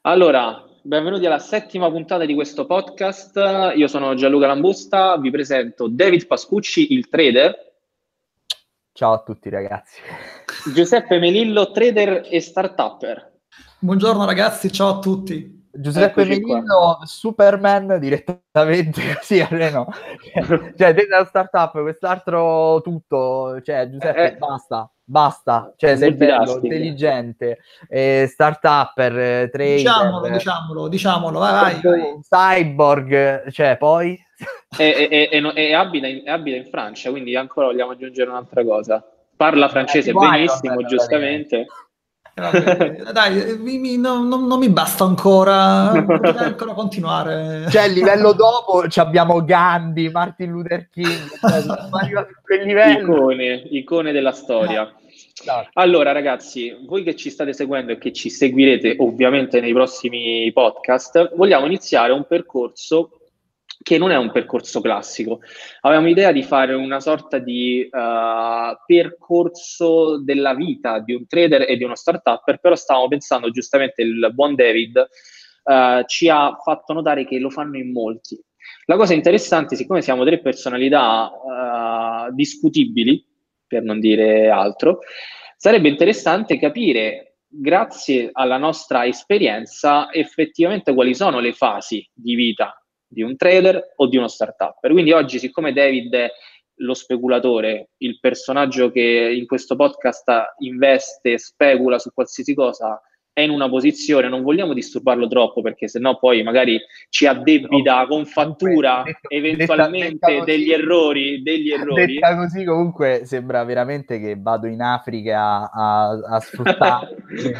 Allora, benvenuti alla settima puntata di questo podcast. Io sono Gianluca Lambusta, vi presento David Pascucci, il trader, Ciao a tutti ragazzi. Giuseppe Melillo, trader e startupper. Buongiorno ragazzi, ciao a tutti. Giuseppe Eccoci qua. Melillo, Superman direttamente così a Reno. Cioè, te da startup, quest'altro tutto. Cioè, Giuseppe, basta. Cioè, sei bello, Multitasking. intelligente, startupper, trader, Diciamolo, vai. cyborg, cioè, poi... E abita in Francia, quindi ancora vogliamo aggiungere un'altra cosa. Parla francese tipo Iron Man, benissimo, praticamente. giustamente. Vabbè, dai, non mi basta ancora, potrei ancora continuare. Cioè, il livello dopo abbiamo Gandhi, Martin Luther King, cioè, siamo arrivati a quel livello. Icone della storia. No. Allora, ragazzi, voi che ci state seguendo e che ci seguirete ovviamente nei prossimi podcast, vogliamo iniziare un percorso che non è un percorso classico. Avevamo idea di fare una sorta di percorso della vita di un trader e di uno startupper, però stavamo pensando, giustamente il buon David ci ha fatto notare che lo fanno in molti. La cosa interessante, siccome siamo tre personalità discutibili, per non dire altro, sarebbe interessante capire, grazie alla nostra esperienza, effettivamente quali sono le fasi di vita di un trader o di uno startup. Quindi oggi, siccome David è lo speculatore, il personaggio che in questo podcast investe, specula su qualsiasi cosa, è in una posizione, non vogliamo disturbarlo troppo perché sennò poi magari ci addebita con fattura eventualmente detta degli errori. Detta così comunque sembra veramente che vado in Africa a sfruttare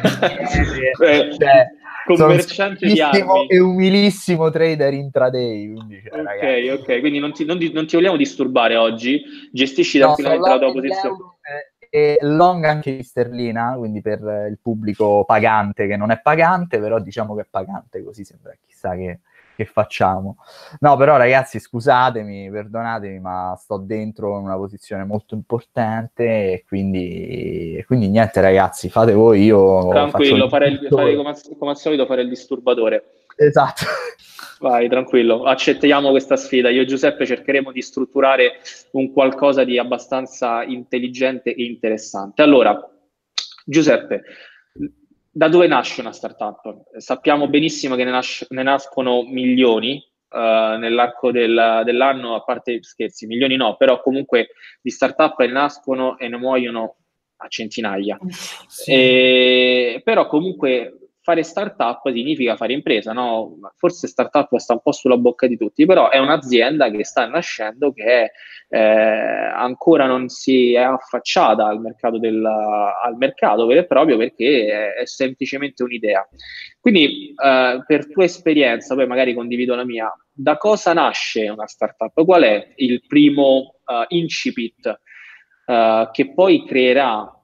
cioè, commerciante di armi e umilissimo trader intraday, quindi, cioè, ok, ragazzi. quindi non ti vogliamo disturbare oggi, gestisci No, sono tranquillamente la long tua in posizione. euro e long anche in sterlina, quindi per il pubblico pagante che non è pagante, però diciamo che è pagante, così sembra chissà che facciamo. No, però ragazzi, scusatemi, perdonatemi, ma sto dentro in una posizione molto importante e quindi niente ragazzi, fate voi, io Tranquillo, faccio farei come al solito fare il disturbatore. Esatto. Vai, tranquillo, accettiamo questa sfida. Io e Giuseppe cercheremo di strutturare un qualcosa di abbastanza intelligente e interessante. Allora, Giuseppe, da dove nasce una startup? Sappiamo benissimo che ne nascono milioni nell'arco dell'anno, a parte scherzi, milioni no, però comunque di startup ne nascono e ne muoiono a centinaia. Sì. Però comunque fare startup significa fare impresa, no? Forse startup sta un po' sulla bocca di tutti, però è un'azienda che sta nascendo che ancora non si è affacciata al mercato vero e proprio perché è semplicemente un'idea. Quindi per tua esperienza, poi magari condivido la mia, da cosa nasce una startup? Qual è il primo incipit che poi creerà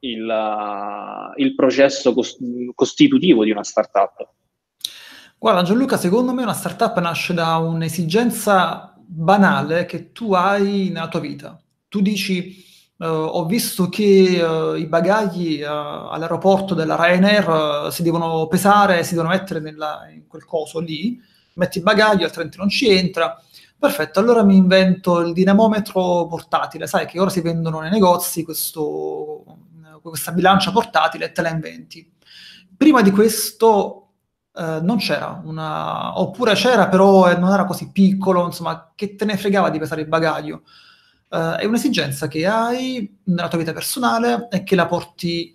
il processo costitutivo di una startup? Guarda Gianluca, secondo me una startup nasce da un'esigenza banale che tu hai nella tua vita. Tu dici, ho visto che i bagagli all'aeroporto della Ryanair si devono pesare, si devono mettere in quel coso lì, metti il bagaglio, altrimenti non ci entra. Perfetto, allora mi invento il dinamometro portatile. Sai che ora si vendono nei negozi questa bilancia portatile e te la inventi. Prima di questo non c'era oppure c'era però non era così piccolo, insomma, che te ne fregava di pesare il bagaglio. È un'esigenza che hai nella tua vita personale e che la porti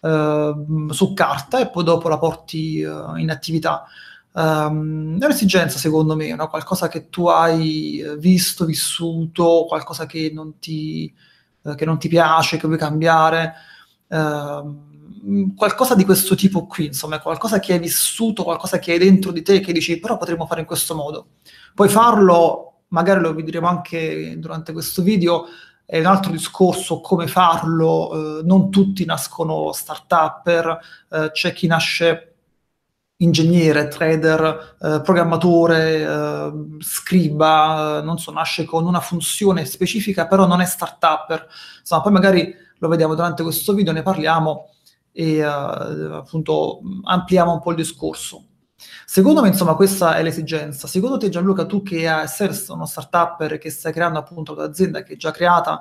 su carta e poi dopo la porti in attività. È un'esigenza, secondo me, no? Qualcosa che tu hai visto, vissuto, qualcosa che non ti piace, che vuoi cambiare. Qualcosa di questo tipo qui, insomma, qualcosa che hai vissuto, qualcosa che hai dentro di te che dici, però potremmo fare in questo modo. Puoi farlo, magari lo vedremo anche durante questo video, è un altro discorso come farlo, non tutti nascono start-upper, c'è chi nasce ingegnere, trader, programmatore, scriba, non so, nasce con una funzione specifica, però non è start-upper. Insomma, poi magari lo vediamo durante questo video, ne parliamo e appunto ampliamo un po' il discorso. Secondo me, insomma, questa è l'esigenza. Secondo te, Gianluca, tu che sei uno startupper, che stai creando appunto l'azienda che è già creata,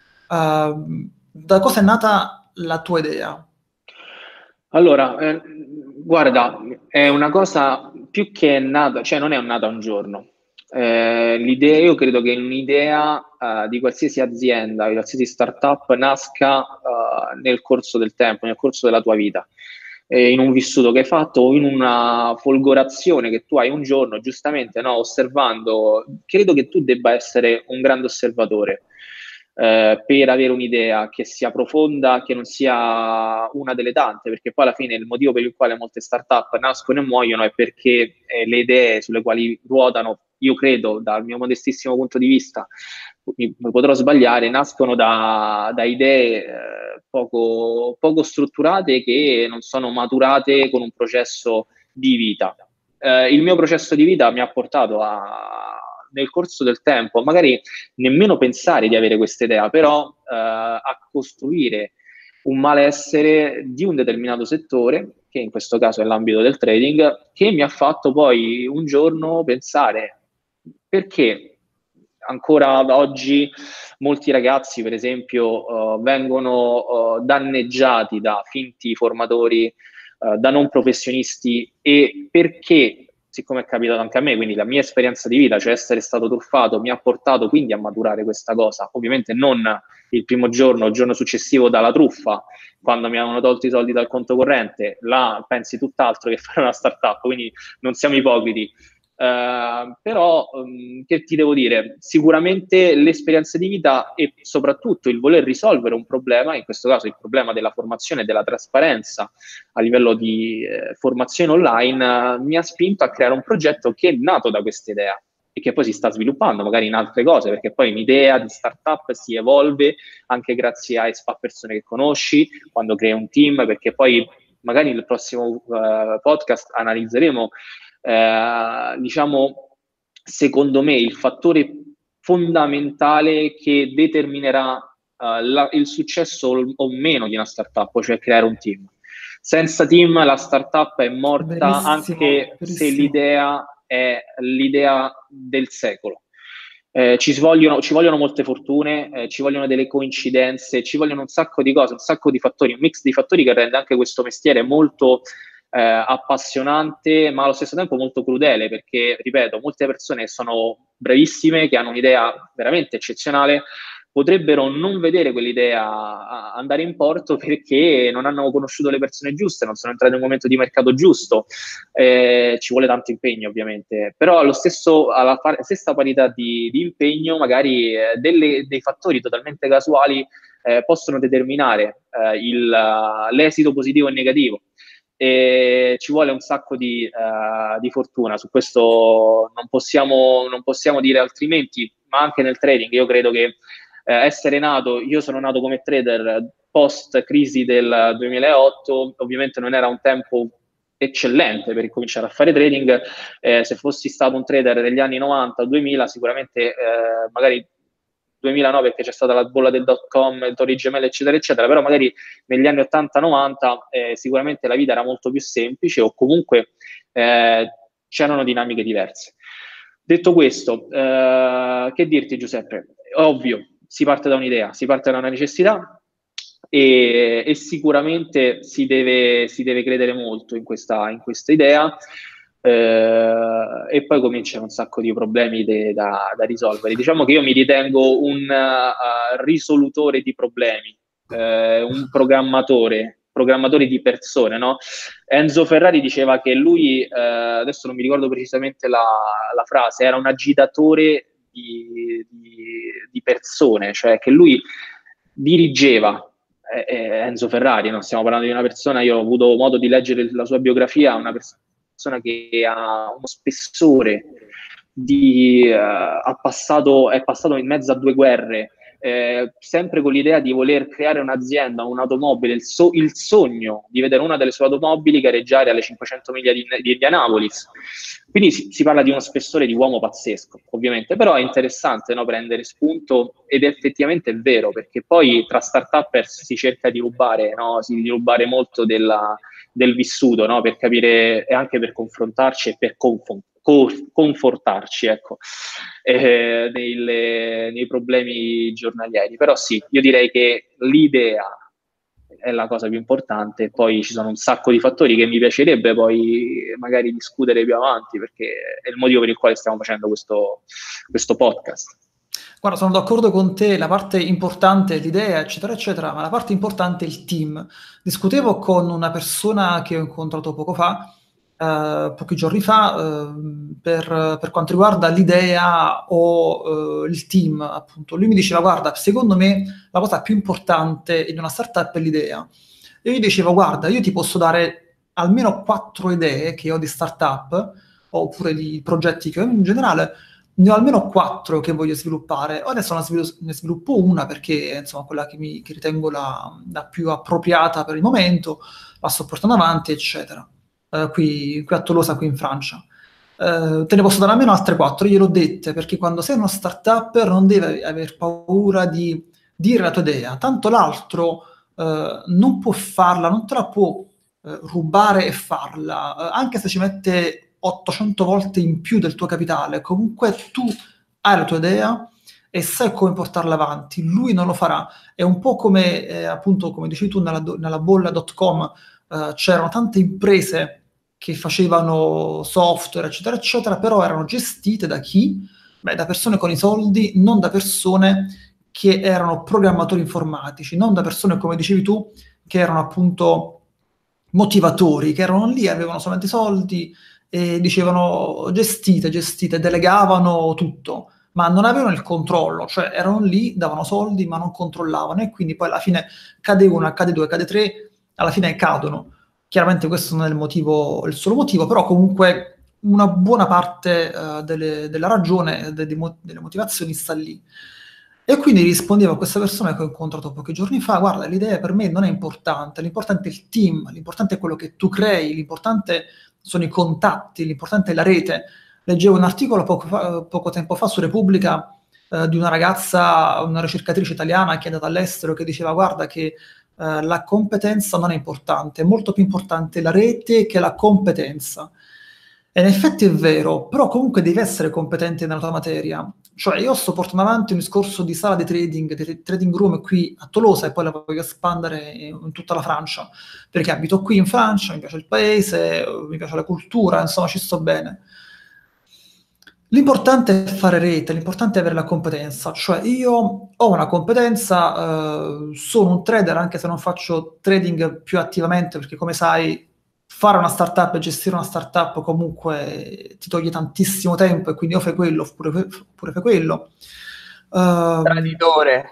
da cosa è nata la tua idea? Allora, guarda, è una cosa più che è nata, cioè non è nata un giorno. L'idea, io credo che un'idea di qualsiasi azienda, di qualsiasi startup nasca nel corso del tempo, nel corso della tua vita, in un vissuto che hai fatto o in una folgorazione che tu hai un giorno, giustamente, no, osservando. Credo che tu debba essere un grande osservatore per avere un'idea che sia profonda, che non sia una delle tante, perché poi alla fine il motivo per il quale molte startup nascono e muoiono è perché le idee sulle quali ruotano, io credo, dal mio modestissimo punto di vista, mi potrò sbagliare, nascono da idee poco strutturate che non sono maturate con un processo di vita. Il mio processo di vita mi ha portato nel corso del tempo, magari nemmeno pensare di avere questa idea, però a costruire un malessere di un determinato settore, che in questo caso è l'ambito del trading, che mi ha fatto poi un giorno pensare perché ancora oggi molti ragazzi, per esempio, vengono danneggiati da finti formatori, da non professionisti, e perché, siccome è capitato anche a me, quindi la mia esperienza di vita, cioè essere stato truffato, mi ha portato quindi a maturare questa cosa. Ovviamente non il primo giorno, il giorno successivo dalla truffa, quando mi avevano tolto i soldi dal conto corrente, là pensi tutt'altro che fare una startup, quindi non siamo ipocriti. Però che ti devo dire, sicuramente l'esperienza di vita e soprattutto il voler risolvere un problema, in questo caso il problema della formazione e della trasparenza a livello di formazione online, mi ha spinto a creare un progetto che è nato da questa idea e che poi si sta sviluppando magari in altre cose, perché poi un'idea di startup si evolve anche grazie a persone che conosci, quando crei un team, perché poi magari nel prossimo podcast analizzeremo diciamo, secondo me, il fattore fondamentale che determinerà il successo o meno di una startup, cioè creare un team. Senza team la startup è morta, Verissimo, anche se verissimo. l'idea è l'idea del secolo. Ci vogliono molte fortune, ci vogliono delle coincidenze, ci vogliono un sacco di cose, un sacco di fattori, un mix di fattori che rende anche questo mestiere molto appassionante, ma allo stesso tempo molto crudele, perché, ripeto, molte persone sono bravissime, che hanno un'idea veramente eccezionale, potrebbero non vedere quell'idea andare in porto perché non hanno conosciuto le persone giuste, non sono entrati in un momento di mercato giusto. Ci vuole tanto impegno, ovviamente, però alla stessa parità di impegno, magari dei fattori totalmente casuali possono determinare l'esito positivo e negativo. E ci vuole un sacco di fortuna. Su questo non possiamo dire altrimenti, ma anche nel trading io credo che io sono nato come trader post crisi del 2008, ovviamente non era un tempo eccellente per cominciare a fare trading. Se fossi stato un trader negli anni 90-2000 sicuramente magari 2009, perché c'è stata la bolla del .com, il Torri Gemelle, eccetera, eccetera, però magari negli anni 80-90 sicuramente la vita era molto più semplice, o comunque c'erano dinamiche diverse. Detto questo, che dirti, Giuseppe? Ovvio, si parte da un'idea, si parte da una necessità, e sicuramente si deve credere molto in questa idea. E poi cominciano un sacco di problemi da risolvere. Diciamo che io mi ritengo un risolutore di problemi, un programmatore di persone, no? Enzo Ferrari diceva che lui, adesso non mi ricordo precisamente la frase, era un agitatore di persone, cioè che lui dirigeva. Enzo Ferrari, non stiamo parlando di una persona, io ho avuto modo di leggere la sua biografia, una persona che ha uno spessore è passato in mezzo a due guerre, sempre con l'idea di voler creare un'azienda, un'automobile, il sogno di vedere una delle sue automobili gareggiare alle 500 miglia di Indianapolis. Quindi si parla di uno spessore di uomo pazzesco, ovviamente, però è interessante, no, prendere spunto, ed effettivamente è vero, perché poi tra start-upper si cerca di rubare, no, di rubare molto del vissuto, no? Per capire e anche per confrontarci e per confortarci, ecco, nei problemi giornalieri. Però sì, io direi che l'idea è la cosa più importante, poi ci sono un sacco di fattori che mi piacerebbe poi magari discutere più avanti, perché è il motivo per il quale stiamo facendo questo podcast. Guarda, sono d'accordo con te, la parte importante è l'idea, eccetera, eccetera, ma la parte importante è il team. Discutevo con una persona che ho incontrato poco fa, pochi giorni fa, per quanto riguarda l'idea o il team, appunto. Lui mi diceva, guarda, secondo me la cosa più importante in una startup è l'idea. E io gli dicevo, guarda, io ti posso dare almeno 4 idee che ho di startup, oppure di progetti che ho in generale, ne ho almeno 4 che voglio sviluppare. Adesso ne sviluppo una perché insomma quella che ritengo la più appropriata per il momento, la sto portando avanti, eccetera. Qui a Tolosa, qui in Francia. Te ne posso dare almeno altre 4, gliel'ho dette, perché quando sei uno startupper non devi aver paura di dire la tua idea, tanto l'altro non può farla, non te la può rubare e farla, anche se ci mette 800 volte in più del tuo capitale, comunque tu hai la tua idea e sai come portarla avanti, lui non lo farà. È un po' come, appunto, come dici tu, nella bolla.com c'erano tante imprese che facevano software, eccetera, eccetera, però erano gestite da chi? Beh, da persone con i soldi, non da persone che erano programmatori informatici, non da persone, come dicevi tu, che erano appunto motivatori, che erano lì, avevano solamente soldi e dicevano gestite, delegavano tutto, ma non avevano il controllo, cioè erano lì, davano soldi, ma non controllavano e quindi poi alla fine cade una, cade due, cade tre, alla fine cadono. Chiaramente questo non è il solo motivo, però comunque una buona parte della ragione, delle motivazioni sta lì. E quindi rispondevo a questa persona che ho incontrato pochi giorni fa, guarda, l'idea per me non è importante, l'importante è il team, l'importante è quello che tu crei, l'importante sono i contatti, l'importante è la rete. Leggevo un articolo poco tempo fa su Repubblica di una ragazza, una ricercatrice italiana che è andata all'estero, che diceva, guarda che la competenza non è importante, è molto più importante la rete che la competenza. E in effetti è vero, però comunque devi essere competente nella tua materia. Cioè io sto portando avanti un discorso di sala di trading room qui a Tolosa e poi la voglio espandere in tutta la Francia, perché abito qui in Francia, mi piace il paese, mi piace la cultura, insomma ci sto bene. L'importante è fare rete, l'importante è avere la competenza, cioè io ho una competenza, sono un trader anche se non faccio trading più attivamente, perché come sai fare una startup e gestire una startup comunque ti toglie tantissimo tempo e quindi o fai quello oppure fai quello. Traditore.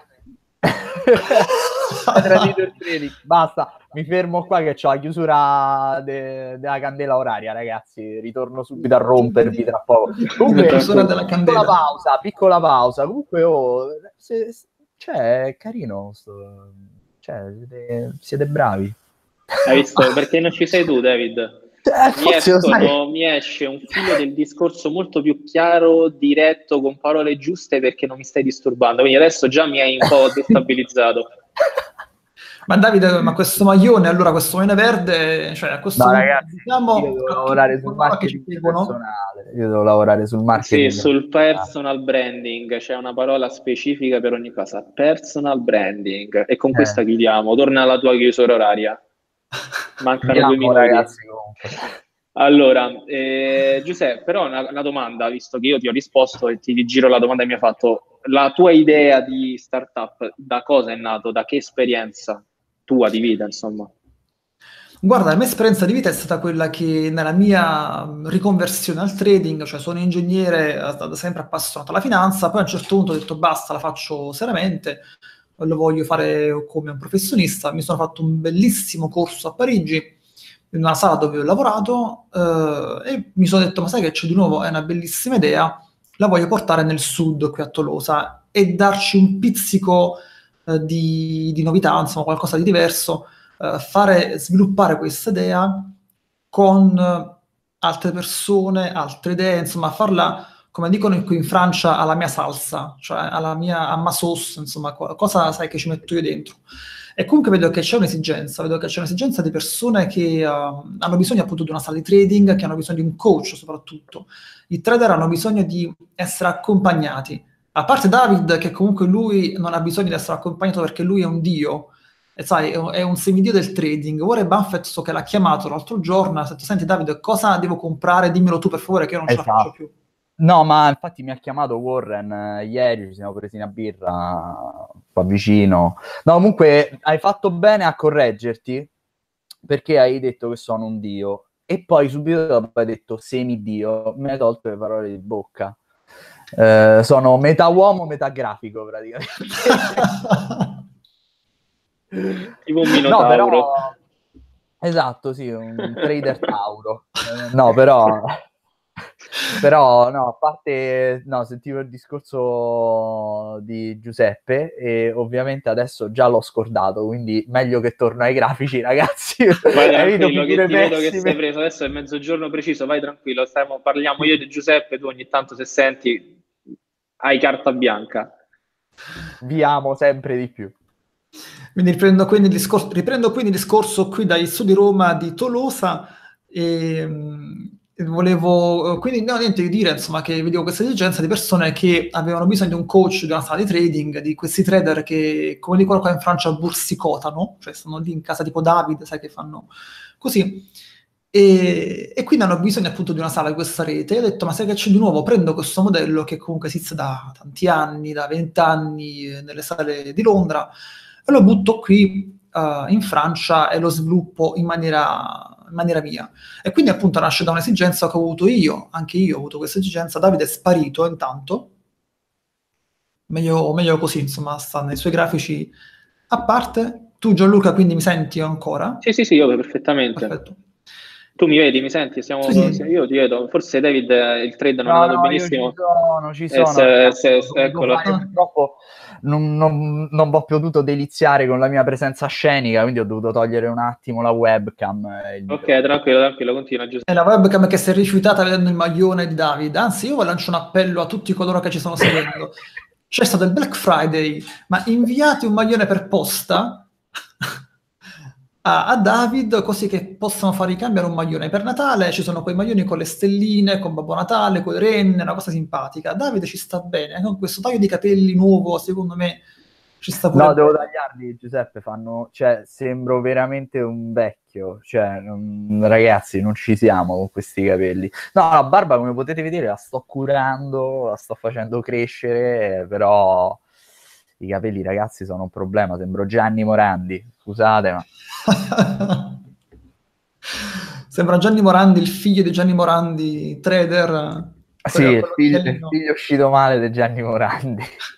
Traditor trading. Basta, mi fermo qua che ho la chiusura della candela oraria, ragazzi. Ritorno subito a rompervi tra poco. Comunque, piccola pausa. Comunque, cioè, è carino. Cioè, siete bravi. Hai visto? Perché non ci sei tu, David? Mi esce un filo del discorso molto più chiaro, diretto, con parole giuste, perché non mi stai disturbando. Quindi adesso già mi hai un po' destabilizzato. Ma Davide, ma questo maglione, allora questo maglione verde, cioè a questo punto, ragazzi, diciamo, io devo lavorare sul marketing personale. Io devo lavorare sul marketing. Sì, sul personal branding, c'è una parola specifica per ogni cosa, personal branding. E con questa chiudiamo. Torna alla tua chiusura oraria. Mancano 2 minuti. Ragazzi, allora, Giuseppe, però una domanda, visto che io ti ho risposto e ti rigiro la domanda che mi hai fatto. La tua idea di startup, da cosa è nato? Da che esperienza tua di vita, insomma? Guarda, la mia esperienza di vita è stata quella che nella mia riconversione al trading, cioè sono ingegnere, da sempre appassionato alla finanza, poi a un certo punto ho detto basta, la faccio seriamente, lo voglio fare come un professionista. Mi sono fatto un bellissimo corso a Parigi, in una sala dove ho lavorato, e mi sono detto, ma sai che c'è di nuovo? È una bellissima idea, la voglio portare nel sud, qui a Tolosa, e darci un pizzico di novità, insomma, qualcosa di diverso, sviluppare questa idea con altre persone, altre idee, insomma, farla, come dicono qui in Francia, alla mia salsa, cioè alla mia amma sauce, insomma, cosa sai che ci metto io dentro. E comunque vedo che c'è un'esigenza di persone che hanno bisogno appunto di una sala di trading, che hanno bisogno di un coach soprattutto. I trader hanno bisogno di essere accompagnati. A parte David, che comunque lui non ha bisogno di essere accompagnato perché lui è un dio, e sai, è un semidio del trading. Warren Buffett so che l'ha chiamato l'altro giorno, ha detto, senti David, cosa devo comprare? Dimmelo tu per favore che io non ce la faccio Esatto. più. No, ma infatti mi ha chiamato Warren ieri, ci siamo presi una birra qua vicino. No, comunque hai fatto bene a correggerti perché hai detto che sono un dio e poi subito dopo hai detto semidio, mi hai tolto le parole di bocca. Sono metà uomo, metà grafico praticamente. Tipo un No, però... minotauro. Esatto, sì, un trader Tauro. No, però... Però, no, a parte, no, sentivo il discorso di Giuseppe e ovviamente adesso già l'ho scordato, quindi meglio che torno ai grafici, ragazzi. Vai Evito tranquillo, che figure ti vedo che sei pessime. preso. Adesso è mezzogiorno preciso, vai tranquillo. Parliamo io di Giuseppe, tu ogni tanto se senti hai carta bianca. Vi amo sempre di più. Quindi riprendo quindi il discorso qui dai studi Roma di Tolosa e volevo quindi no, niente di dire insomma che vedevo questa esigenza di persone che avevano bisogno di un coach di una sala di trading, di questi trader che come dicono qua in Francia bursicotano, cioè stanno lì in casa tipo David, sai che fanno così e quindi hanno bisogno appunto di una sala di questa rete e ho detto ma sai che c'è di nuovo, prendo questo modello che comunque esiste da tanti anni, da 20 anni nelle sale di Londra e lo butto qui in Francia e lo sviluppo in maniera mia. E quindi appunto nasce da un'esigenza che ho avuto io, anche io ho avuto questa esigenza, Davide è sparito intanto, meglio così, insomma, sta nei suoi grafici a parte. Tu Gianluca quindi mi senti ancora? Sì, sì, sì, io perfettamente. Perfetto. Tu mi vedi, mi senti? Sì, sì. Io ti vedo. Forse David il trade non è No, andato no, io benissimo. ci sono, ragazzi. Ho dovuto Eccolo. fare, purtroppo non ho potuto deliziare con la mia presenza scenica, quindi ho dovuto togliere un attimo la webcam e il Ok, microfono. tranquillo, tranquillo, continua È Giuseppe. la webcam che si è rifiutata vedendo il maglione di Davide. Anzi, io lancio un appello a tutti coloro che ci stanno seguendo. C'è stato il Black Friday, ma inviate un maglione per posta a David così che possano far ricambiare un maglione per Natale. Ci sono quei maglioni con le stelline, con Babbo Natale, con le renne, una cosa simpatica. Davide ci sta bene, con questo taglio di capelli nuovo, secondo me ci sta pure No, devo bene. tagliarli, Giuseppe, cioè, sembro veramente un vecchio, cioè, ragazzi, non ci siamo con questi capelli. No, la barba, come potete vedere, la sto curando, la sto facendo crescere, però i capelli, ragazzi, sono un problema, sembro Gianni Morandi, scusate, ma... Sembra Gianni Morandi, il figlio di Gianni Morandi, trader, Sì, quello il bigalino. figlio uscito male di Gianni Morandi.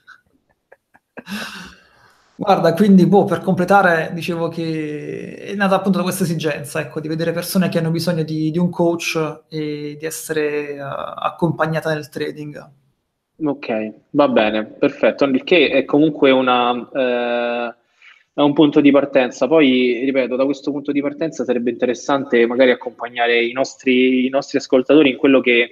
Guarda, quindi boh, per completare, dicevo che è nata appunto da questa esigenza, ecco, di vedere persone che hanno bisogno di un coach e di essere accompagnate nel trading. Ok, va bene, perfetto. Il che è comunque è un punto di partenza. Poi, ripeto, da questo punto di partenza sarebbe interessante magari accompagnare i nostri ascoltatori in quello che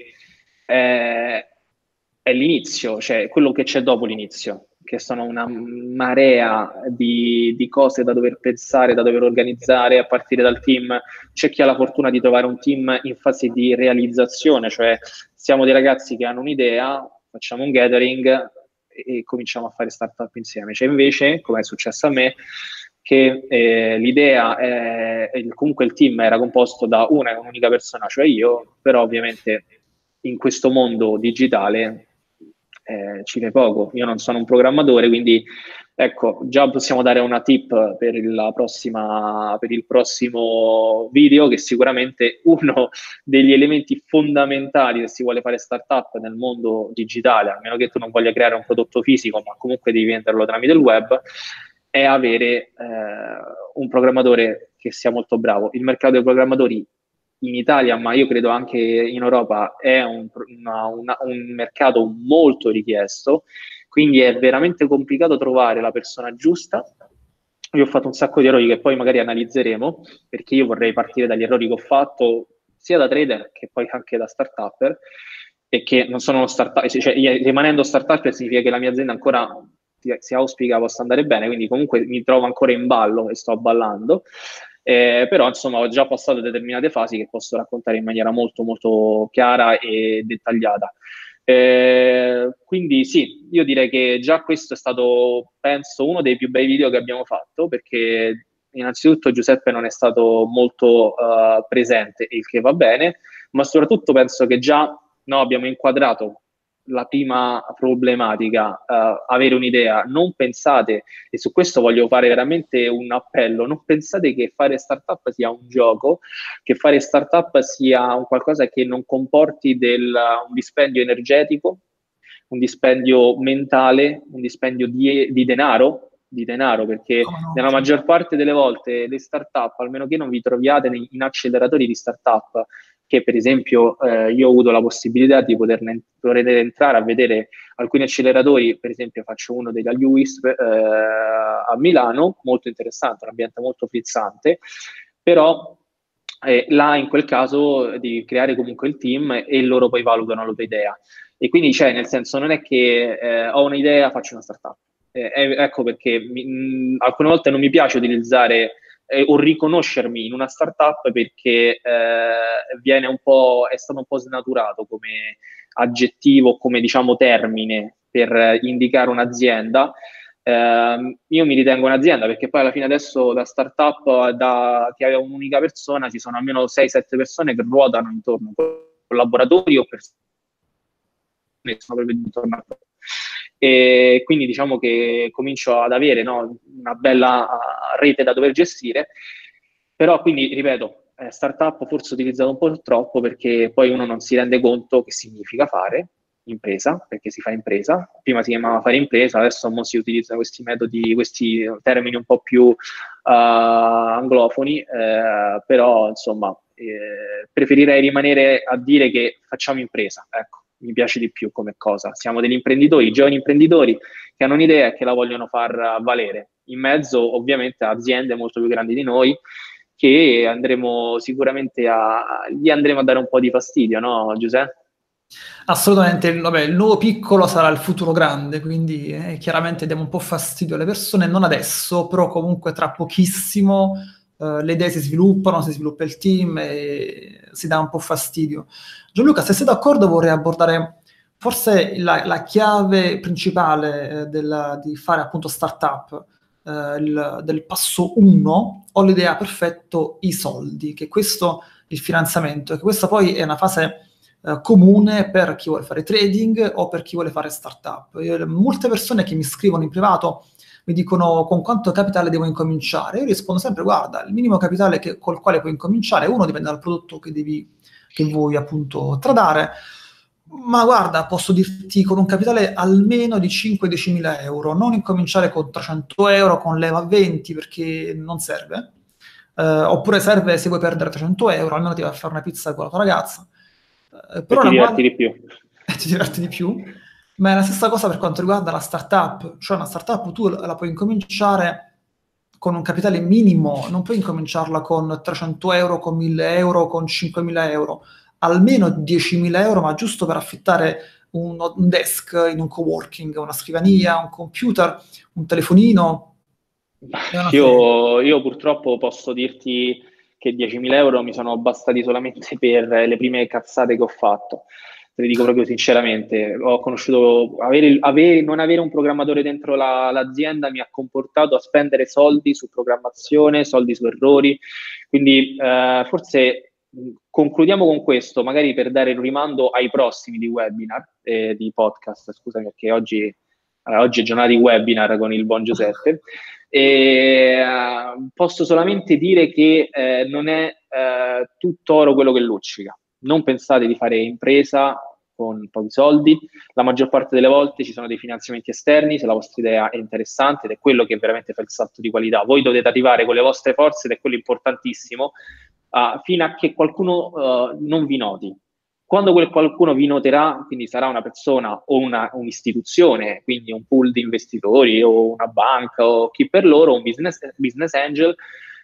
è l'inizio, cioè quello che c'è dopo l'inizio, che sono una marea di cose da dover pensare, da dover organizzare a partire dal team. C'è chi ha la fortuna di trovare un team in fase di realizzazione, cioè siamo dei ragazzi che hanno un'idea, facciamo un gathering e cominciamo a fare startup insieme. C'è invece, come è successo a me, che l'idea comunque il team era composto da un'unica persona, cioè io, però ovviamente in questo mondo digitale ci fai poco. Io non sono un programmatore, quindi ecco, già possiamo dare una tip per per il prossimo video, che sicuramente uno degli elementi fondamentali se si vuole fare startup nel mondo digitale, a meno che tu non voglia creare un prodotto fisico, ma comunque devi venderlo tramite il web, è avere un programmatore che sia molto bravo. Il mercato dei programmatori in Italia, ma io credo anche in Europa, è un mercato molto richiesto, quindi è veramente complicato trovare la persona giusta. Io ho fatto un sacco di errori che poi magari analizzeremo, perché io vorrei partire dagli errori che ho fatto sia da trader che poi anche da startupper, e che non sono uno startup, cioè rimanendo startup significa che la mia azienda ancora si auspica possa andare bene, quindi comunque mi trovo ancora in ballo e sto ballando. Però insomma ho già passato determinate fasi che posso raccontare in maniera molto molto chiara e dettagliata. Quindi sì, io direi che già questo è stato, penso, uno dei più bei video che abbiamo fatto, perché innanzitutto Giuseppe non è stato molto presente, il che va bene, ma soprattutto penso che già abbiamo inquadrato la prima problematica, avere un'idea. Non pensate, e su questo voglio fare veramente un appello, non pensate che fare startup sia un gioco, che fare startup sia un qualcosa che non comporti un dispendio energetico, un dispendio mentale, un dispendio di denaro, perché Come no? nella maggior parte delle volte le startup, almeno che non vi troviate in acceleratori di startup, che per esempio io ho avuto la possibilità di poter entrare a vedere alcuni acceleratori, per esempio faccio uno della UISP a Milano, molto interessante, un ambiente molto frizzante, però là in quel caso devi creare comunque il team e loro poi valutano la tua idea. E quindi nel senso non è che ho un'idea, faccio una startup. Ecco perché alcune volte non mi piace utilizzare o riconoscermi in una startup perché è stato un po' snaturato come aggettivo, come diciamo termine per indicare un'azienda. Io mi ritengo un'azienda perché poi alla fine adesso da startup che aveva un'unica persona ci sono almeno 6-7 persone che ruotano intorno, collaboratori o persone che sono proprio intorno a te. E quindi diciamo che comincio ad avere una bella rete da dover gestire, però quindi ripeto, startup forse utilizzato un po' troppo perché poi uno non si rende conto che significa fare impresa, perché si fa impresa, prima si chiamava fare impresa, adesso si utilizzano questi metodi, questi termini un po' più anglofoni, però insomma preferirei rimanere a dire che facciamo impresa, ecco, mi piace di più come cosa. Siamo degli imprenditori, giovani imprenditori che hanno un'idea e che la vogliono far valere. In mezzo ovviamente a aziende molto più grandi di noi che andremo sicuramente gli andremo a dare un po' di fastidio, no Giuseppe? Assolutamente, vabbè, il nuovo piccolo sarà il futuro grande, quindi chiaramente diamo un po' fastidio alle persone, non adesso, però comunque tra pochissimo le idee si sviluppano, si sviluppa il team e si dà un po' fastidio. Gianluca, se sei d'accordo vorrei abbordare forse la chiave principale di fare appunto startup, del passo 1, ho l'idea perfetto, i soldi, che questo il finanziamento, che questa poi è una fase comune per chi vuole fare trading o per chi vuole fare startup. Molte persone che mi scrivono in privato mi dicono con quanto capitale devo incominciare. Io rispondo sempre, guarda, il minimo capitale col quale puoi incominciare, uno dipende dal prodotto che vuoi appunto tradare, ma guarda, posso dirti con un capitale almeno di 5-10 mila euro, non incominciare con 300 euro, con leva 20 perché non serve. Oppure serve se vuoi perdere 300 euro, almeno ti vai a fare una pizza con la tua ragazza. E Però ti diverti di più. ti diverti di più, ma è la stessa cosa per quanto riguarda la startup, cioè una startup tu la puoi incominciare con un capitale minimo, non puoi incominciarla con 300 euro, con 1000 euro, con 5000 euro, almeno 10.000 euro, ma giusto per affittare un desk in un coworking, una scrivania, un computer, un telefonino. Io purtroppo posso dirti che 10.000 euro mi sono bastati solamente per le prime cazzate che ho fatto. Te lo dico proprio sinceramente. Ho conosciuto non avere un programmatore dentro l'azienda mi ha comportato a spendere soldi su programmazione, soldi su errori. Quindi forse concludiamo con questo, magari per dare un rimando ai prossimi di webinar, di podcast, scusami, perché oggi è giornata di webinar con il buon Giuseppe. Posso solamente dire che non è tutto oro quello che luccica. Non pensate di fare impresa con pochi soldi, la maggior parte delle volte ci sono dei finanziamenti esterni se la vostra idea è interessante ed è quello che veramente fa il salto di qualità. Voi dovete arrivare con le vostre forze ed è quello importantissimo fino a che qualcuno non vi noti. Quando quel qualcuno vi noterà, quindi sarà una persona o un'istituzione, quindi un pool di investitori o una banca o chi per loro, un business angel,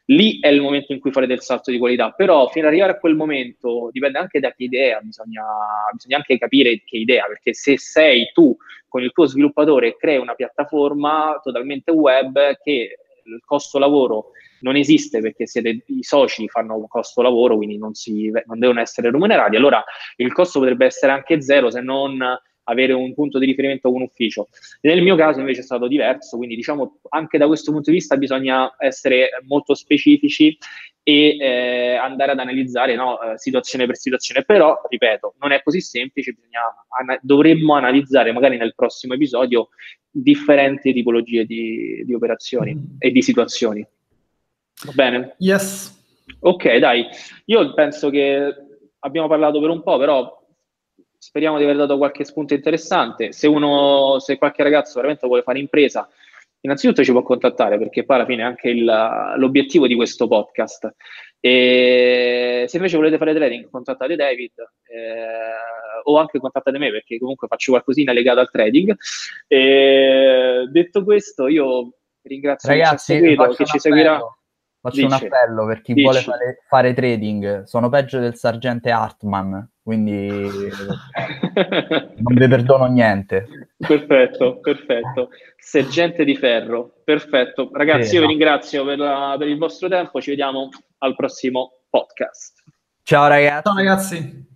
lì è il momento in cui farete il salto di qualità, però fino ad arrivare a quel momento dipende anche da che idea, bisogna anche capire che idea, perché se sei tu con il tuo sviluppatore e crei una piattaforma totalmente web che il costo lavoro non esiste perché siete i soci, fanno un costo lavoro, quindi non devono essere remunerati, allora il costo potrebbe essere anche zero, se non avere un punto di riferimento con un ufficio. Nel mio caso invece è stato diverso, quindi diciamo anche da questo punto di vista bisogna essere molto specifici e andare ad analizzare, no, situazione per situazione, però ripeto, non è così semplice, dovremmo analizzare magari nel prossimo episodio differenti tipologie di operazioni e di situazioni. Va bene? Yes. Ok, dai, io penso che abbiamo parlato per un po', però speriamo di aver dato qualche spunto interessante. Se qualche ragazzo veramente vuole fare impresa, innanzitutto ci può contattare, perché poi alla fine è anche l'obiettivo di questo podcast. E se invece volete fare trading, contattate David, o anche contattate me, perché comunque faccio qualcosina legato al trading. E detto questo, io ringrazio Ragazzi, chi ci seguirà. Faccio un appello per chi vuole fare trading. Sono peggio del sergente Hartman, quindi non vi perdono niente. Perfetto. Sergente di ferro, perfetto. Ragazzi, io vi ringrazio per il vostro tempo, ci vediamo al prossimo podcast. Ciao ragazzi. Ciao ragazzi.